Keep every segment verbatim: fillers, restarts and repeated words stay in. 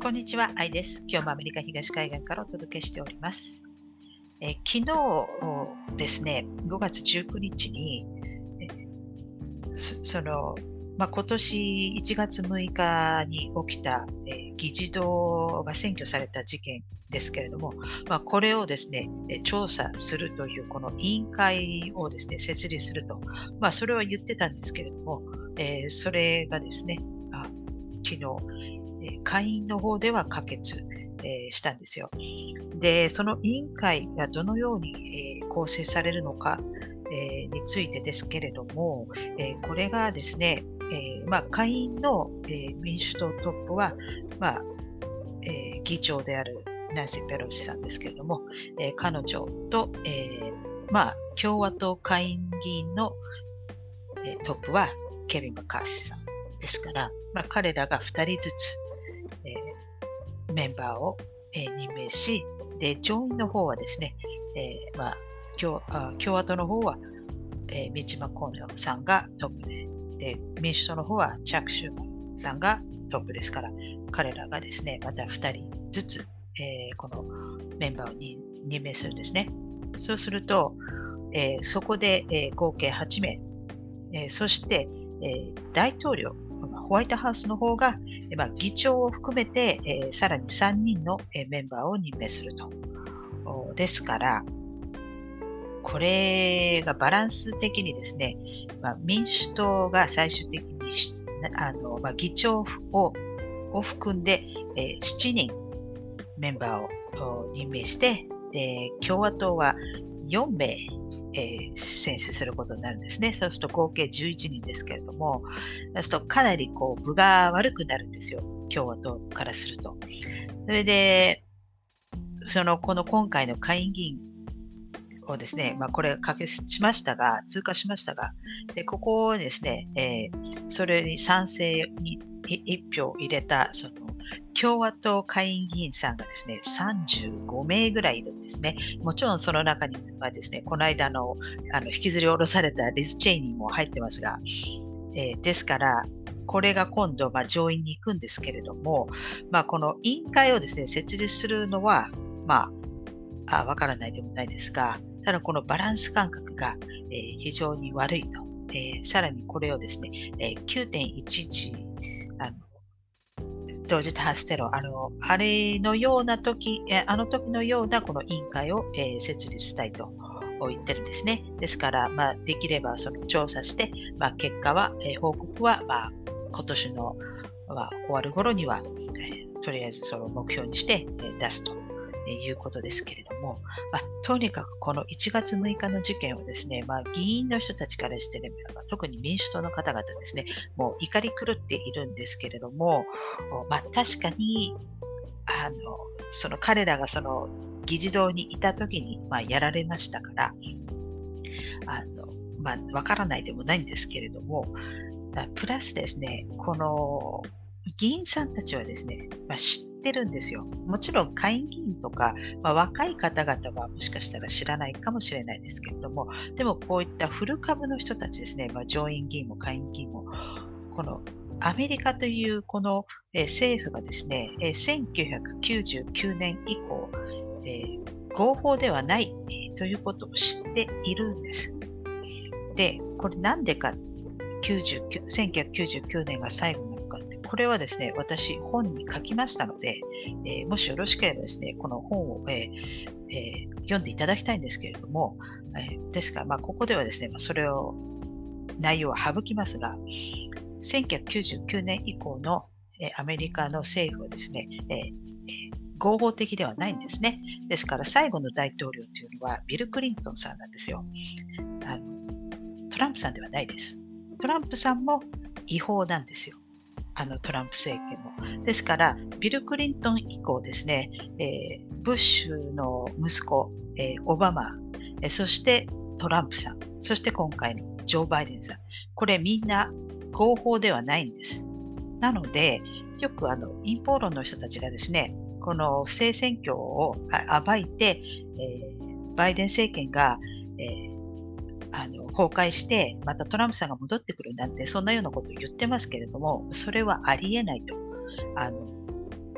こんにちは、アイです。今日もアメリカ東海岸からお届けしております。えー昨日ですね、ごがつじゅうくにちに、えーそその、まあ、今年いちがつむいかに起きた、えー議事堂が占拠された事件ですけれども、まあ、これをですね、えー調査するというこの委員会をですね、設立すると、まあ、それは言ってたんですけれども、えーそれがですね、あ昨日、えー下院の方では可決、えーしたんですよ。で、その委員会がどのように、えー構成されるのか、えーについてですけれども、えーこれがですね、えーまあ、下院の、えー民主党トップは、まあえー議長であるナンシー・ペロシさんですけれども、えー彼女と、えーまあ、共和党下院議員の、えートップはケビン・マッカーシーさんですから、まあ、彼らがふたりずつ、えーメンバーを、えー任命し、で、上院の方はですね、えーまあ、共あ共和党の方は、えーミッチ・マッコーネルさんがトップで、で、民主党の方はチャック・シューマーさんがトップですから、彼らがですね、またふたりずつ、えーこのメンバーをに任命するんですね。そうすると、えーそこで、えー合計はちめい、えーそして、えー大統領、ホワイトハウスの方が、えーまあ、議長を含めて、えーさらにさんにんの、えーメンバーを任命すると。おですから、これがバランス的にですね、まあ、民主党が最終的にしあの、まあ、議長をを含んで、えーしちにんメンバーをお任命して、で共和党はよんめい、えー選出することになるんですね。そうすると合計じゅういちにんですけれども、そうするとかなりこう分が悪くなるんですよ。共和党からすると。それで、そのこの今回の下院議員をですね、まあ、これ可決しましたが、通過しましたが、でここをですね、えーそれに賛成にい一票入れたその共和党下院議員さんがですね、さんじゅうごめいぐらいいるんですね。もちろんその中にはですね、この間のあの引きずり下ろされたリズ・チェイニーも入ってますが、えーですから、これが今度、まあ、上院に行くんですけれども、まあ、この委員会をですね、設立するのは、まあ、あわからないでもないですが、ただこのバランス感覚が、えー非常に悪いと。えーさらにこれをですね、えーきゅうてんいちいちあの同時多発テロ、あの、あれのような時、えあの時のようなこの委員会を、えー設立したいと言ってるんですね。ですから、まあ、できればその調査して、まあ、結果は、えー報告は、まあ、今年の、まあ、終わる頃には、えーとりあえずそれを目標にして、えー出すということですけれども、まあ、とにかくこのいちがつむいかの事件をですね、まあ、議員の人たちからしてみれば、特に民主党の方々ですね、もう怒り狂っているんですけれども、まあ、確かに、あの、その彼らがその議事堂にいた時に、まあ、やられましたから、あの、まあ、わからないでもないんですけれども、あプラスですね、この議員さんたちはですね、まあ、知ってるんですよ。もちろん下院議員とか、まあ、若い方々はもしかしたら知らないかもしれないですけれども、でもこういったフル株の人たちですね、まあ、上院議員も下院議員も、このアメリカというこの、えー政府がですね、えーせんきゅうひゃくきゅうじゅうきゅうねん以降、えー合法ではない、えーということを知っているんです。で、これなんでか、きゅうじゅうきゅうせんきゅうひゃくきゅうじゅうきゅうねんが最後なのかって、これはですね、私本に書きましたので、えーもしよろしければですね、この本を、えーえー読んでいただきたいんですけれども、えーですから、まあ、ここではですね、まあ、それを内容は省きますが、せんきゅうひゃくきゅうじゅうきゅうねん以降の、えーアメリカの政府はですね、えーえー合法的ではないんですね。ですから最後の大統領というのはビル・クリントンさんなんですよ。あのトランプさんではないです。トランプさんも違法なんですよ。あのトランプ政権も。ですから、ビル・クリントン以降ですね、えーブッシュの息子、えーオバマ、えーそしてトランプさん、そして今回のジョー・バイデンさん、これみんな合法ではないんです。なので、よくあの陰謀論の人たちがですね、この不正選挙をあ暴いて、えーバイデン政権が、えーあの崩壊して、またトランプさんが戻ってくるなんて、そんなようなことを言ってますけれども、それはありえないと。あの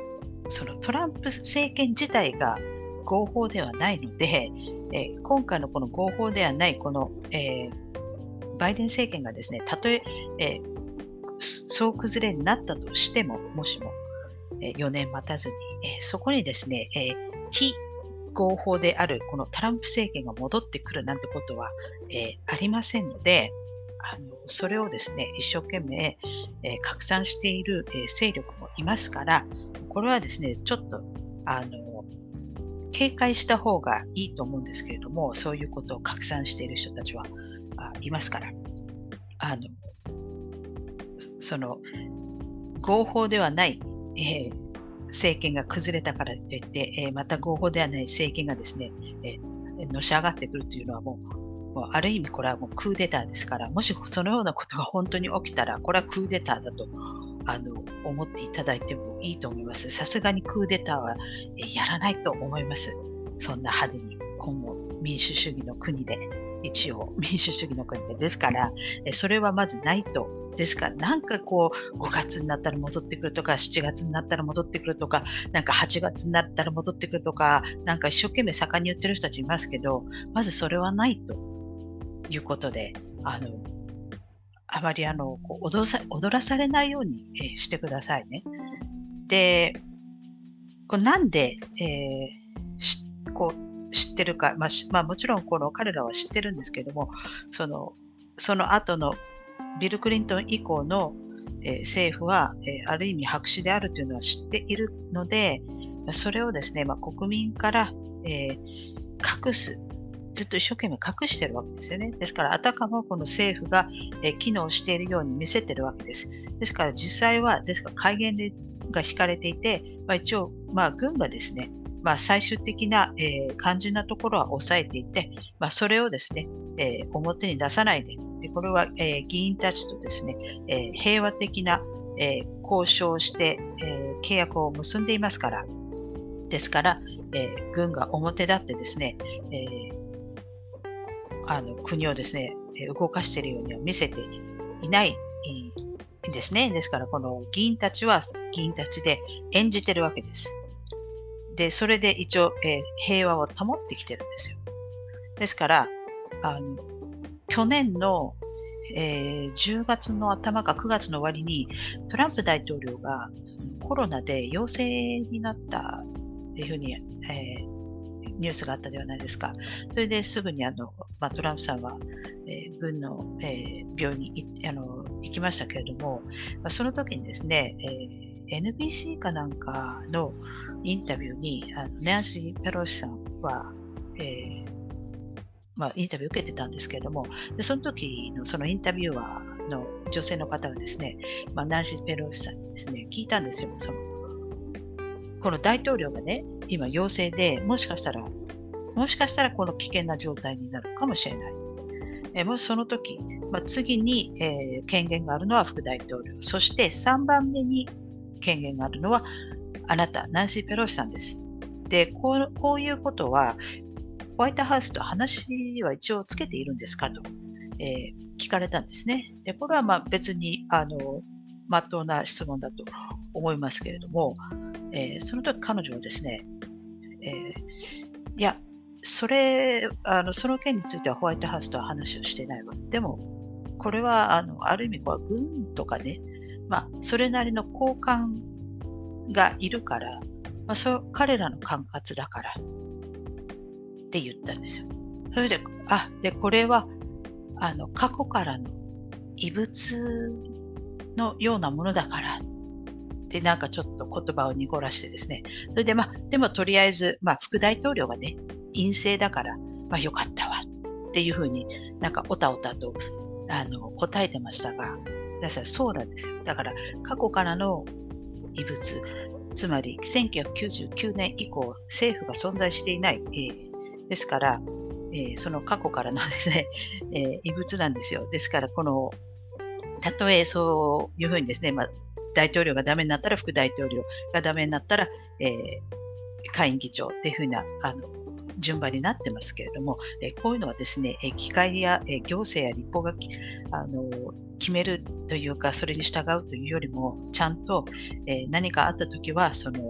そのトランプ政権自体が合法ではないので、えー今回のこの合法ではないこの、えーバイデン政権がですね、たとええー総崩れになったとしても、もしも、えーよねん待たずに、えーそこにですね、えー非合法であるこのトランプ政権が戻ってくるなんてことは、えーありませんので、あのそれをですね、一生懸命、えー拡散している、えー勢力もいますから、これはですね、ちょっとあの警戒した方がいいと思うんですけれども、そういうことを拡散している人たちはあいますから、あのその合法ではない、えー政権が崩れたからといって、えーまた合法ではない政権がですね、えーのし上がってくるというのはもう、もうある意味これはもうクーデターですから、もしそのようなことが本当に起きたら、これはクーデターだとあの思っていただいてもいいと思います。さすがにクーデターはえーやらないと思います。そんな派手に今後民主主義の国で、一応民主主義の国でですから、えーそれはまずないと。ですから、なんかこう、ごがつになったら戻ってくるとか、しちがつになったら戻ってくるとか、なんかはちがつになったら戻ってくるとか、なんか一生懸命盛んに言ってる人たちいますけど、まずそれはないということで、あの、あまりあの、こう踊らさ踊らされないように、えーしてくださいね。で、これなんで、えーしこう知ってるか、まあしまあ、もちろんこの彼らは知ってるんですけども、そのその後のビル・クリントン以降の、えー政府は、えーある意味白紙であるというのは知っているので、それをですね、まあ、国民から、えー隠す、ずっと一生懸命隠しているわけですよね。ですから、あたかもこの政府が、えー機能しているように見せているわけです。ですから、実際は、ですから戒厳令が引かれていて、まあ、一応、まあ、軍がですね、まあ、最終的な、えー肝心なところは抑えていて、まあ、それをですね、えー表に出さないで、でこれは、えー議員たちとですね、えー平和的な、えー交渉をして、えー契約を結んでいますから、ですから、えー軍が表立ってですね、えーあの国をですね、えー動かしているようには見せていないえーですね。ですから、この議員たちは議員たちで演じてるわけです。で、それで一応、えー平和を保ってきてるんですよ。ですから、あの去年の、えーじゅうがつの頭かくがつの終わりに、トランプ大統領がコロナで陽性になったっていうふうに、えーニュースがあったではないですか。それですぐにあの、まあ、トランプさんは、えー軍の、えー病院にいあの行きましたけれども、まあ、その時にですね、えー エヌビーシー かなんかのインタビューに、あのナンシー・ペロシさんは、えーまあ、インタビューを受けてたんですけれども、でその時のそのインタビュアーの女性の方がですね、まあ、ナンシー・ペロシさんにですね、聞いたんですよ。そのこの大統領がね、今陽性で、もしかしたら、もしかしたらこの危険な状態になるかもしれない。えーもしその時、まあ、次に、えー権限があるのは副大統領、そしてさんばんめに権限があるのはあなた、ナンシー・ペロシさんです。で、こうこういうことは、ホワイトハウスと話は一応つけているんですかと、えー聞かれたんですね。で、これはまあ別に、あの、まっとうな質問だと思いますけれども、えーその時彼女はですね、えーいや、それ、あの、その件についてはホワイトハウスとは話をしてないわ。でも、これは、あの、ある意味、こう軍とかね、まあ、それなりの高官がいるから、まあ、そう彼らの管轄だからって言ったんですよ。それで、あ、で、これは、あの、過去からの異物のようなものだからで、なんかちょっと言葉を濁らしてですね。それで、まあ、でもとりあえず、まあ、副大統領がね、陰性だから、まあ、よかったわっていうふうになんかおたおたとあの答えてましたが、だからそうなんですよ。だから過去からの異物、つまりせんきゅうひゃくきゅうじゅうきゅうねん以降、政府が存在していない、えーですから、えーその過去からのですね、えー異物なんですよ。ですから、この、たとえそういうふうにですね、まあ、大統領がダメになったら副大統領がダメになったら、えー下院議長っていうふうなあの順番になってますけれども、えーこういうのはですね、えー議会や、えー行政や立法がきあの決めるというか、それに従うというよりも、ちゃんと、えー何かあったときは、その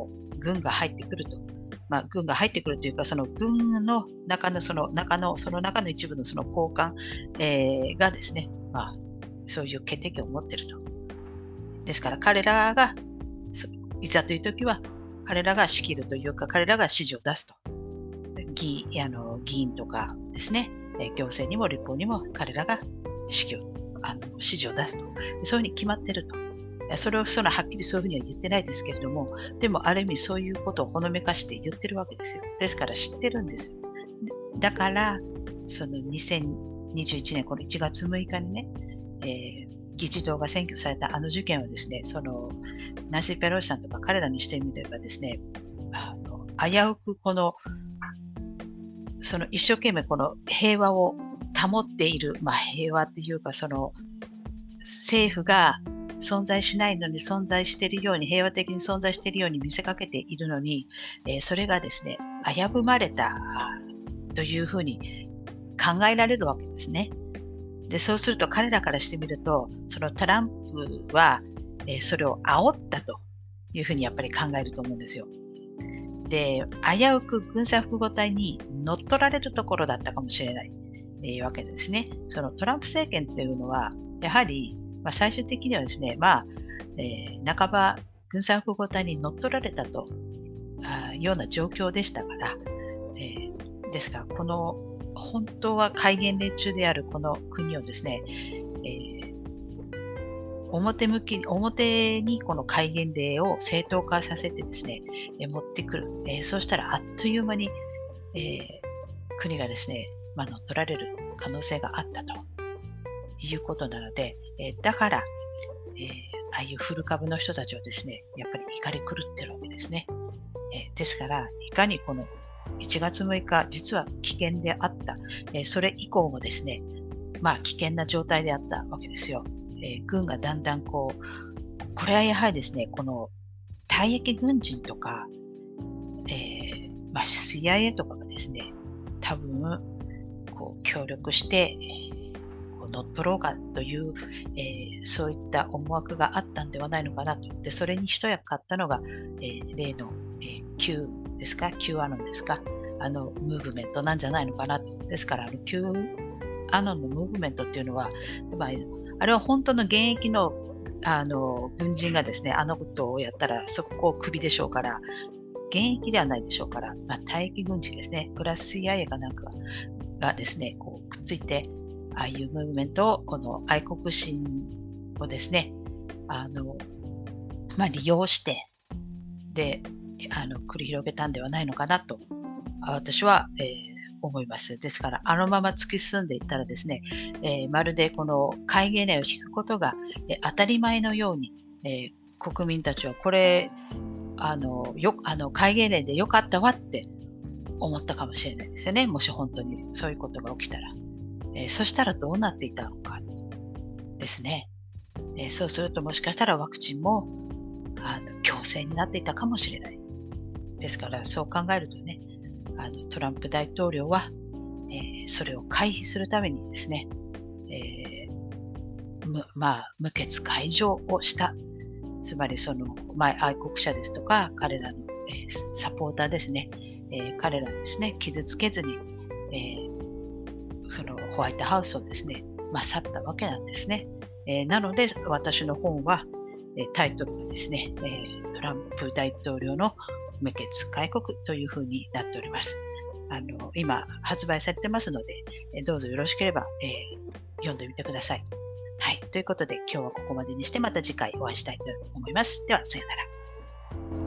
軍が入ってくると。まあ、軍が入ってくるというか、その軍の中のその中の、その中の一部のその高官、えーがですね、まあ、そういう決定権を持っていると。ですから彼らが、いざという時は、彼らが仕切るというか、彼らが指示を出すと。議あの議員とかですね、行政にも立法にも彼らが指揮をあの指示を出すと。そういうふうに決まっていると。それをそのはっきりそういうふうには言ってないですけれども、でもある意味そういうことをほのめかして言ってるわけですよ。ですから知ってるんですよ。だから、そのにせんにじゅういちねんこのいちがつむいかにね、えー議事堂が占拠されたあの事件はですね、そのナンシー・ペロシさんとか彼らにしてみればですね、あの危うくこの、その一生懸命この平和を保っている、まあ、平和っていうか、その政府が存在しないのに存在しているように、平和的に存在しているように見せかけているのに、えーそれがですね、危ぶまれたというふうに考えられるわけですね。で、そうすると彼らからしてみると、そのトランプは、えーそれを煽ったというふうにやっぱり考えると思うんですよ。で、危うく軍産複合体に乗っ取られるところだったかもしれない、えーわけですね。そのトランプ政権というのは、やはり、まあ、最終的にはですね、まあ、えー半ば軍産複合体に乗っ取られたとあような状況でしたから、えーですから、この本当は戒厳令中であるこの国をですね、えー表向き、表にこの戒厳令を正当化させてですね、えー持ってくる。えーそうしたらあっという間に、えー国がですね、まあ、乗っ取られる可能性があったということなので、えーだから、えーああいう古株の人たちはですね、やっぱり怒り狂ってるわけですね。えーですから、いかにこのいちがつむいか、実は危険であった、えーそれ以降もですね、まあ危険な状態であったわけですよ。えー軍がだんだんこう、これはやはりですね、この退役軍人とか、えーまあ、シーアイエー とかがですね、多分こう協力して、こう乗っ取ろうかという、えーそういった思惑があったんではないのかなと。で、それに一役買ったのが、えー例の、えー Q ですか、Q アノンですか、あのムーブメントなんじゃないのかなと。ですから、あの Q アノンのムーブメントっていうのは、まあ、あれは本当の現役のあの軍人がですね、あのことをやったら速攻クビでしょうから、現役ではないでしょうから、まあ、退役軍人ですね、プラス シーアイエー かなんかがですね、こうくっついて、ああいうムーブメントを、この愛国心をですね、あの、まあ、利用して、で、あの、繰り広げたんではないのかなと、あ私は、えー思います。ですから、あのまま突き進んでいったらですね、えーまるでこの戒厳令を引くことが、えー当たり前のように、えー国民たちはこれ、あの、よ、あの、戒厳令でよかったわって思ったかもしれないですよね。もし本当にそういうことが起きたら。えーそしたらどうなっていたのかですね。えーそうするともしかしたらワクチンもあの強制になっていたかもしれない。ですからそう考えるとね、あのトランプ大統領は、えーそれを回避するためにですね、えーむまあ、無血開城をした。つまりその、まあ、愛国者ですとか、彼らの、えーサポーターですね、えー彼らですね、傷つけずに、えーそのホワイトハウスをですね、まあ、去ったわけなんですね。えーなので、私の本は、えータイトルがですね、えートランプ大統領の無血開国というふうになっております。あの今、発売されてますので、えーどうぞよろしければ、えー読んでみてください。はい。ということで、今日はここまでにして、また次回お会いしたいと思います。では、さよなら。